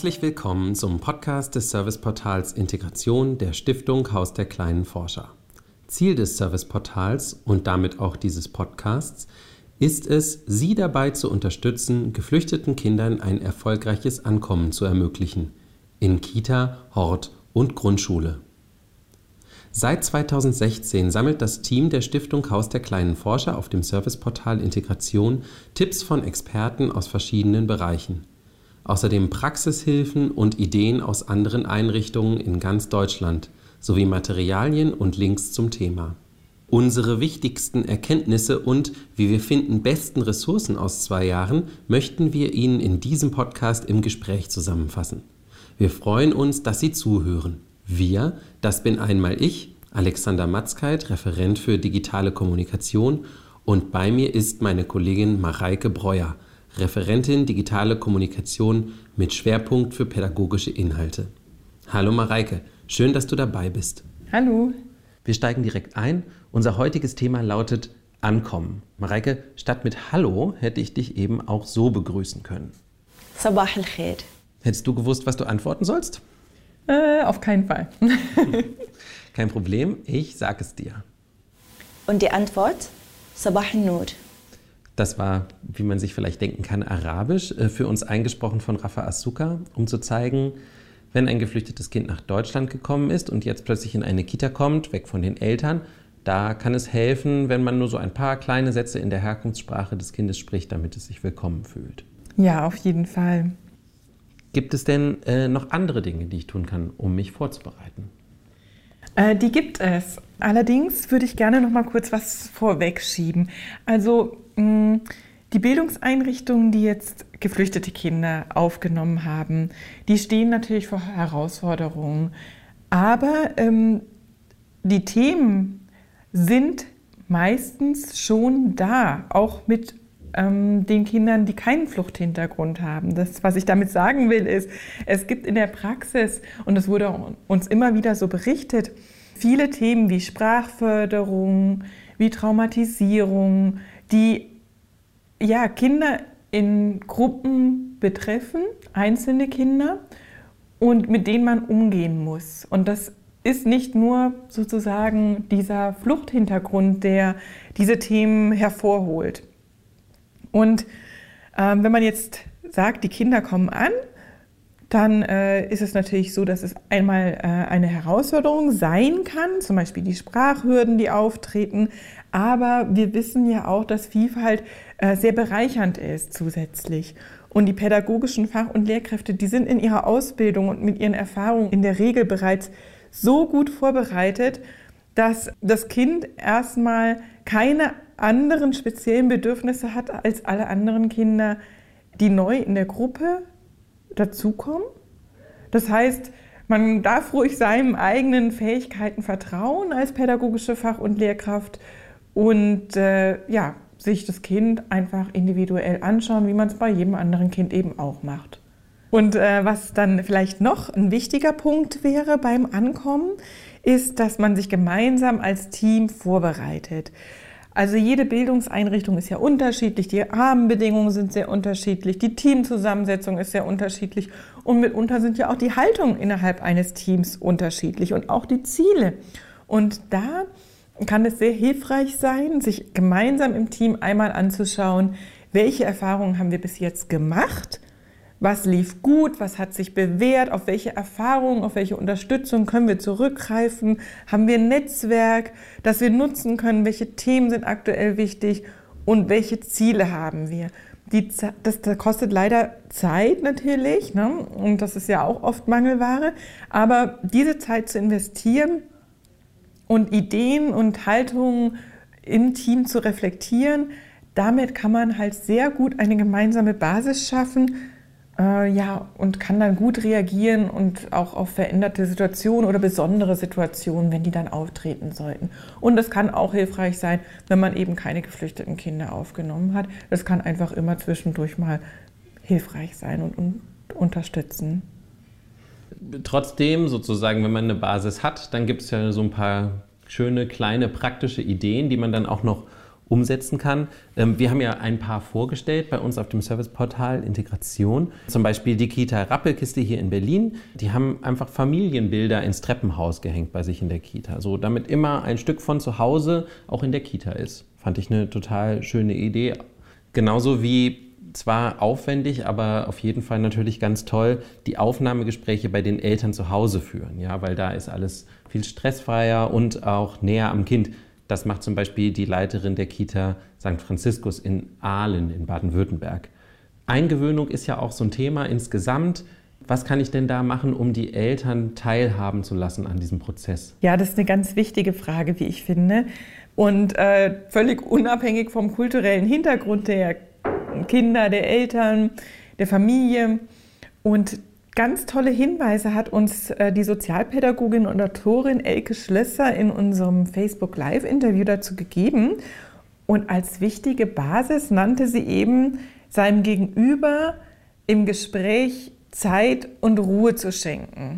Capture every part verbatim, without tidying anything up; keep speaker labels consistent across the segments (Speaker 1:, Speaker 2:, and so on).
Speaker 1: Herzlich willkommen zum Podcast des Serviceportals Integration der Stiftung Haus der kleinen Forscher. Ziel des Serviceportals und damit auch dieses Podcasts ist es, Sie dabei zu unterstützen, geflüchteten Kindern ein erfolgreiches Ankommen zu ermöglichen in Kita, Hort und Grundschule. Seit zweitausendsechzehn sammelt das Team der Stiftung Haus der kleinen Forscher auf dem Serviceportal Integration Tipps von Experten aus verschiedenen Bereichen. Außerdem Praxishilfen und Ideen aus anderen Einrichtungen in ganz Deutschland sowie Materialien und Links zum Thema. Unsere wichtigsten Erkenntnisse und, wie wir finden, besten Ressourcen aus zwei Jahren möchten wir Ihnen in diesem Podcast im Gespräch zusammenfassen. Wir freuen uns, dass Sie zuhören. Wir, das bin einmal ich, Alexander Matzkeit, Referent für digitale Kommunikation, und bei mir ist meine Kollegin Mareike Breuer, Referentin digitale Kommunikation mit Schwerpunkt für pädagogische Inhalte. Hallo Mareike, schön, dass du dabei bist.
Speaker 2: Hallo.
Speaker 1: Wir steigen direkt ein. Unser heutiges Thema lautet Ankommen. Mareike, statt mit Hallo hätte ich dich eben auch so begrüßen können.
Speaker 3: Sabah al-Khair.
Speaker 1: Hättest du gewusst, was du antworten sollst?
Speaker 2: Äh, auf keinen Fall.
Speaker 1: Kein Problem, ich sage es dir.
Speaker 3: Und die Antwort? Sabah al-Nur.
Speaker 1: Das war, wie man sich vielleicht denken kann, arabisch, für uns eingesprochen von Rafa Asuka, um zu zeigen, wenn ein geflüchtetes Kind nach Deutschland gekommen ist und jetzt plötzlich in eine Kita kommt, weg von den Eltern, da kann es helfen, wenn man nur so ein paar kleine Sätze in der Herkunftssprache des Kindes spricht, damit es sich willkommen fühlt.
Speaker 2: Ja, auf jeden Fall.
Speaker 1: Gibt es denn äh, noch andere Dinge, die ich tun kann, um mich vorzubereiten?
Speaker 2: Äh, die gibt es. Allerdings würde ich gerne noch mal kurz was vorwegschieben. Also mh, die Bildungseinrichtungen, die jetzt geflüchtete Kinder aufgenommen haben, die stehen natürlich vor Herausforderungen. Aber ähm, die Themen sind meistens schon da, auch mit ähm, den Kindern, die keinen Fluchthintergrund haben. Das, was ich damit sagen will, ist, es gibt in der Praxis, und es wurde uns immer wieder so berichtet, viele Themen wie Sprachförderung, wie Traumatisierung, die ja, Kinder in Gruppen betreffen, einzelne Kinder, und mit denen man umgehen muss. Und das ist nicht nur sozusagen dieser Fluchthintergrund, der diese Themen hervorholt. Und ähm, wenn man jetzt sagt, die Kinder kommen an, dann äh, ist es natürlich so, dass es einmal äh, eine Herausforderung sein kann, zum Beispiel die Sprachhürden, die auftreten. Aber wir wissen ja auch, dass Vielfalt äh, sehr bereichernd ist zusätzlich. Und die pädagogischen Fach- und Lehrkräfte, die sind in ihrer Ausbildung und mit ihren Erfahrungen in der Regel bereits so gut vorbereitet, dass das Kind erstmal keine anderen speziellen Bedürfnisse hat als alle anderen Kinder, die neu in der Gruppe dazukommen. Das heißt, man darf ruhig seinen eigenen Fähigkeiten vertrauen als pädagogische Fach- und Lehrkraft und äh, ja, sich das Kind einfach individuell anschauen, wie man es bei jedem anderen Kind eben auch macht. Und äh, was dann vielleicht noch ein wichtiger Punkt wäre beim Ankommen, ist, dass man sich gemeinsam als Team vorbereitet. Also jede Bildungseinrichtung ist ja unterschiedlich, die Rahmenbedingungen sind sehr unterschiedlich, die Teamzusammensetzung ist sehr unterschiedlich und mitunter sind ja auch die Haltungen innerhalb eines Teams unterschiedlich und auch die Ziele. Und da kann es sehr hilfreich sein, sich gemeinsam im Team einmal anzuschauen, welche Erfahrungen haben wir bis jetzt gemacht, was lief gut, was hat sich bewährt, auf welche Erfahrungen, auf welche Unterstützung können wir zurückgreifen, haben wir ein Netzwerk, das wir nutzen können, welche Themen sind aktuell wichtig und welche Ziele haben wir. Die, das, das kostet leider Zeit natürlich, ne? Und das ist ja auch oft Mangelware, aber diese Zeit zu investieren und Ideen und Haltungen im Team zu reflektieren, damit kann man halt sehr gut eine gemeinsame Basis schaffen, Äh, ja, und kann dann gut reagieren und auch auf veränderte Situationen oder besondere Situationen, wenn die dann auftreten sollten. Und das kann auch hilfreich sein, wenn man eben keine geflüchteten Kinder aufgenommen hat. Das kann einfach immer zwischendurch mal hilfreich sein und, und unterstützen.
Speaker 1: Trotzdem, sozusagen, wenn man eine Basis hat, dann gibt es ja so ein paar schöne, kleine, praktische Ideen, die man dann auch noch umsetzen kann. Wir haben ja ein paar vorgestellt bei uns auf dem Serviceportal Integration. Zum Beispiel die Kita Rappelkiste hier in Berlin. Die haben einfach Familienbilder ins Treppenhaus gehängt bei sich in der Kita, so damit immer ein Stück von zu Hause auch in der Kita ist. Fand ich eine total schöne Idee. Genauso wie zwar aufwendig, aber auf jeden Fall natürlich ganz toll, die Aufnahmegespräche bei den Eltern zu Hause führen, ja, weil da ist alles viel stressfreier und auch näher am Kind. Das macht zum Beispiel die Leiterin der Kita Sankt Franziskus in Aalen in Baden-Württemberg. Eingewöhnung ist ja auch so ein Thema insgesamt. Was kann ich denn da machen, um die Eltern teilhaben zu lassen an diesem Prozess?
Speaker 2: Ja, das ist eine ganz wichtige Frage, wie ich finde. Und äh, völlig unabhängig vom kulturellen Hintergrund der Kinder, der Eltern, der Familie. Und ganz tolle Hinweise hat uns äh, die Sozialpädagogin und Autorin Elke Schlösser in unserem Facebook-Live-Interview dazu gegeben. Und als wichtige Basis nannte sie eben, seinem Gegenüber im Gespräch Zeit und Ruhe zu schenken.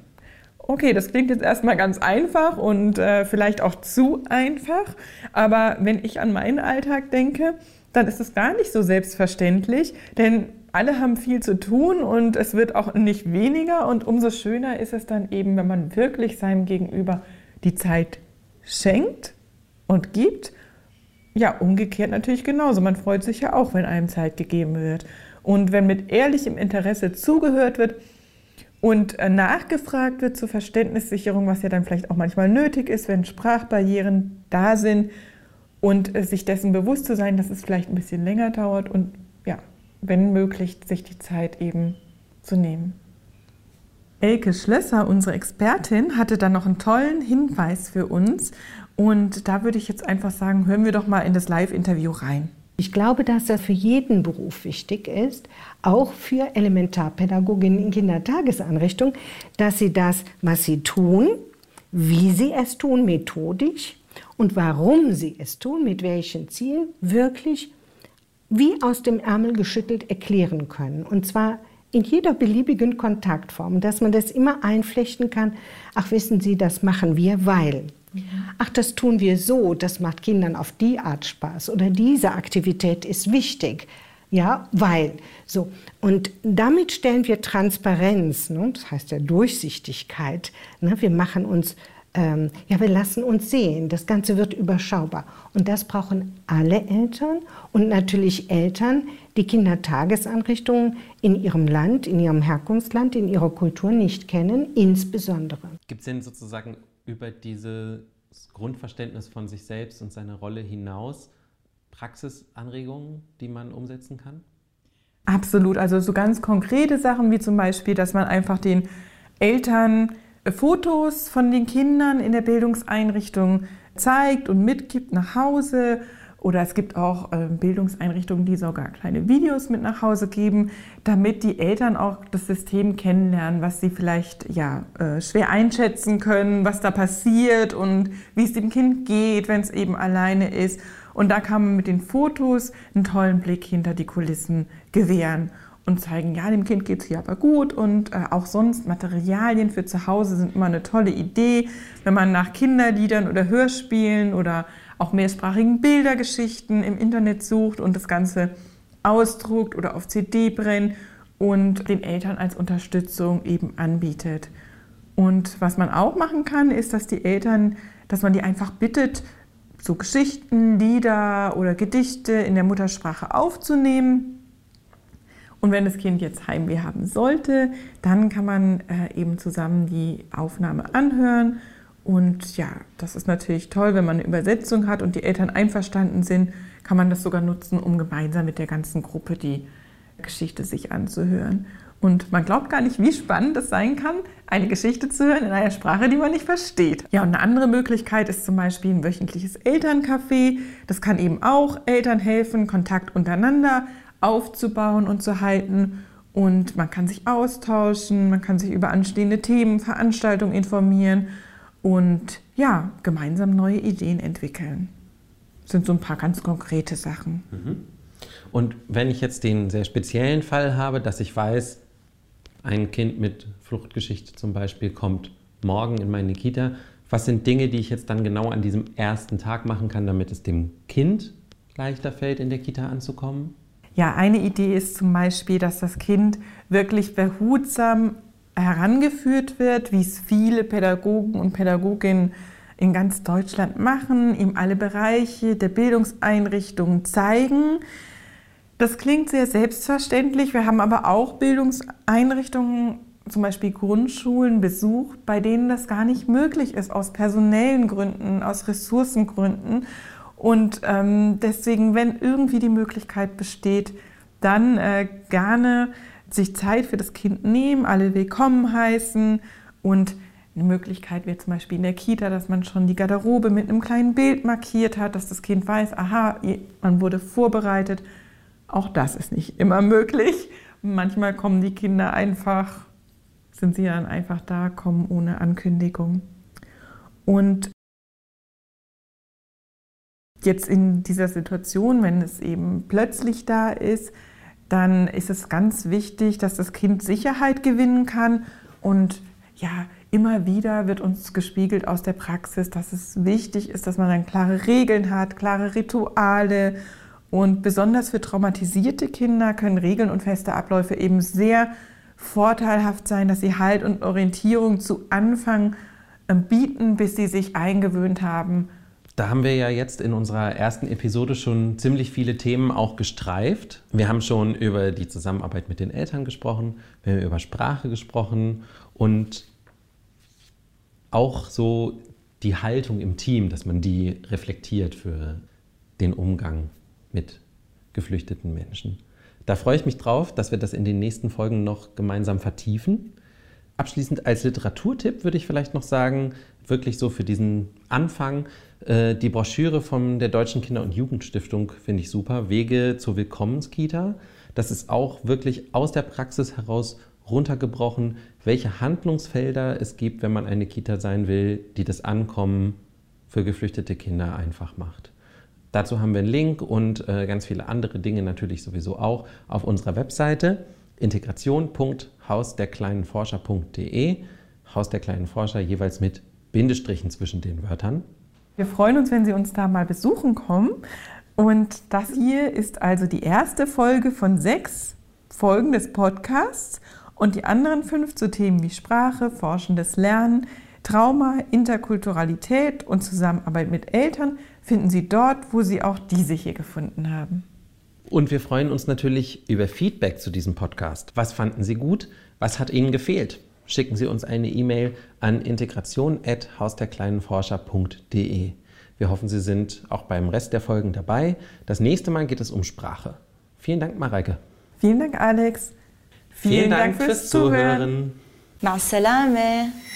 Speaker 2: Okay, das klingt jetzt erstmal ganz einfach und äh, vielleicht auch zu einfach. Aber wenn ich an meinen Alltag denke, dann ist es gar nicht so selbstverständlich, denn alle haben viel zu tun und es wird auch nicht weniger. Und umso schöner ist es dann eben, wenn man wirklich seinem Gegenüber die Zeit schenkt und gibt. Ja, umgekehrt natürlich genauso. Man freut sich ja auch, wenn einem Zeit gegeben wird. Und wenn mit ehrlichem Interesse zugehört wird und nachgefragt wird zur Verständnissicherung, was ja dann vielleicht auch manchmal nötig ist, wenn Sprachbarrieren da sind, und sich dessen bewusst zu sein, dass es vielleicht ein bisschen länger dauert und ja, wenn möglich, sich die Zeit eben zu nehmen. Elke Schlösser, unsere Expertin, hatte dann noch einen tollen Hinweis für uns und da würde ich jetzt einfach sagen, hören wir doch mal in das Live-Interview rein.
Speaker 4: Ich glaube, dass das für jeden Beruf wichtig ist, auch für Elementarpädagoginnen in Kindertageseinrichtungen, dass sie das, was sie tun, wie sie es tun, methodisch, und warum sie es tun, mit welchen Zielen, wirklich wie aus dem Ärmel geschüttelt erklären können. Und zwar in jeder beliebigen Kontaktform, dass man das immer einflechten kann. Ach, wissen Sie, das machen wir, weil. Ach, das tun wir so, das macht Kindern auf die Art Spaß. Oder diese Aktivität ist wichtig. Ja, weil. So. Und damit stellen wir Transparenz, ne? Das heißt ja Durchsichtigkeit. Ne? Wir machen uns Ähm, ja, wir lassen uns sehen. Das Ganze wird überschaubar. Und das brauchen alle Eltern und natürlich Eltern, die Kindertageseinrichtungen in ihrem Land, in ihrem Herkunftsland, in ihrer Kultur nicht kennen, insbesondere.
Speaker 1: Gibt es denn sozusagen über dieses Grundverständnis von sich selbst und seiner Rolle hinaus Praxisanregungen, die man umsetzen kann?
Speaker 2: Absolut. Also so ganz konkrete Sachen wie zum Beispiel, dass man einfach den Eltern Fotos von den Kindern in der Bildungseinrichtung zeigt und mitgibt nach Hause. Oder es gibt auch äh, Bildungseinrichtungen, die sogar kleine Videos mit nach Hause geben, damit die Eltern auch das System kennenlernen, was sie vielleicht ja, äh, schwer einschätzen können, was da passiert und wie es dem Kind geht, wenn es eben alleine ist. Und da kann man mit den Fotos einen tollen Blick hinter die Kulissen gewähren und zeigen, ja, dem Kind geht es hier aber gut und äh, auch sonst Materialien für zu Hause sind immer eine tolle Idee, wenn man nach Kinderliedern oder Hörspielen oder auch mehrsprachigen Bildergeschichten im Internet sucht und das Ganze ausdruckt oder auf C D brennt und den Eltern als Unterstützung eben anbietet. Und was man auch machen kann, ist, dass die Eltern, dass man die einfach bittet, so Geschichten, Lieder oder Gedichte in der Muttersprache aufzunehmen. Und wenn das Kind jetzt Heimweh haben sollte, dann kann man äh, eben zusammen die Aufnahme anhören. Und ja, das ist natürlich toll, wenn man eine Übersetzung hat und die Eltern einverstanden sind, kann man das sogar nutzen, um gemeinsam mit der ganzen Gruppe die Geschichte sich anzuhören. Und man glaubt gar nicht, wie spannend es sein kann, eine Geschichte zu hören in einer Sprache, die man nicht versteht. Ja, und eine andere Möglichkeit ist zum Beispiel ein wöchentliches Elterncafé. Das kann eben auch Eltern helfen, Kontakt untereinander aufzubauen und zu halten. Und man kann sich austauschen, man kann sich über anstehende Themen, Veranstaltungen informieren und ja, gemeinsam neue Ideen entwickeln. Das sind so ein paar ganz konkrete Sachen.
Speaker 1: Und wenn ich jetzt den sehr speziellen Fall habe, dass ich weiß, ein Kind mit Fluchtgeschichte zum Beispiel kommt morgen in meine Kita, Was sind Dinge, die ich jetzt dann genau an diesem ersten Tag machen kann, damit es dem Kind leichter fällt, in der Kita anzukommen?
Speaker 2: Ja, eine Idee ist zum Beispiel, dass das Kind wirklich behutsam herangeführt wird, wie es viele Pädagogen und Pädagoginnen in ganz Deutschland machen, ihm alle Bereiche der Bildungseinrichtungen zeigen. Das klingt sehr selbstverständlich. Wir haben aber auch Bildungseinrichtungen, zum Beispiel Grundschulen, besucht, bei denen das gar nicht möglich ist, aus personellen Gründen, aus Ressourcengründen. Und ähm, deswegen, wenn irgendwie die Möglichkeit besteht, dann äh, gerne sich Zeit für das Kind nehmen, alle willkommen heißen. Und eine Möglichkeit wäre zum Beispiel in der Kita, dass man schon die Garderobe mit einem kleinen Bild markiert hat, dass das Kind weiß, aha, man wurde vorbereitet. Auch das ist nicht immer möglich. Manchmal kommen die Kinder einfach, sind sie dann einfach da, kommen ohne Ankündigung. Und jetzt in dieser Situation, wenn es eben plötzlich da ist, dann ist es ganz wichtig, dass das Kind Sicherheit gewinnen kann. Und ja, immer wieder wird uns gespiegelt aus der Praxis, dass es wichtig ist, dass man dann klare Regeln hat, klare Rituale. Und besonders für traumatisierte Kinder können Regeln und feste Abläufe eben sehr vorteilhaft sein, dass sie Halt und Orientierung zu Anfang bieten, bis sie sich eingewöhnt haben.
Speaker 1: Da haben wir ja jetzt in unserer ersten Episode schon ziemlich viele Themen auch gestreift. Wir haben schon über die Zusammenarbeit mit den Eltern gesprochen, wir haben über Sprache gesprochen und auch so die Haltung im Team, dass man die reflektiert für den Umgang mit geflüchteten Menschen. Da freue ich mich drauf, dass wir das in den nächsten Folgen noch gemeinsam vertiefen. Abschließend als Literaturtipp würde ich vielleicht noch sagen, wirklich so für diesen Anfang, äh, die Broschüre von der Deutschen Kinder- und Jugendstiftung finde ich super, Wege zur Willkommenskita. Das ist auch wirklich aus der Praxis heraus runtergebrochen, welche Handlungsfelder es gibt, wenn man eine Kita sein will, die das Ankommen für geflüchtete Kinder einfach macht. Dazu haben wir einen Link und äh, ganz viele andere Dinge natürlich sowieso auch auf unserer Webseite integration punkt haus der kleinen forscher punkt de. Haus der kleinen Forscher jeweils mit Bindestrichen zwischen den Wörtern.
Speaker 2: Wir freuen uns, wenn Sie uns da mal besuchen kommen. Und das hier ist also die erste Folge von sechs Folgen des Podcasts. Und die anderen fünf zu Themen wie Sprache, forschendes Lernen, Trauma, Interkulturalität und Zusammenarbeit mit Eltern finden Sie dort, wo Sie auch diese hier gefunden haben.
Speaker 1: Und wir freuen uns natürlich über Feedback zu diesem Podcast. Was fanden Sie gut? Was hat Ihnen gefehlt? Schicken Sie uns eine E-Mail an integration at haus der kleinen forscher punkt de. Wir hoffen, Sie sind auch beim Rest der Folgen dabei. Das nächste Mal geht es um Sprache. Vielen Dank, Mareike.
Speaker 2: Vielen Dank, Alex.
Speaker 1: Vielen, Vielen Dank, Dank fürs Zuhören.
Speaker 3: Ma'as salame.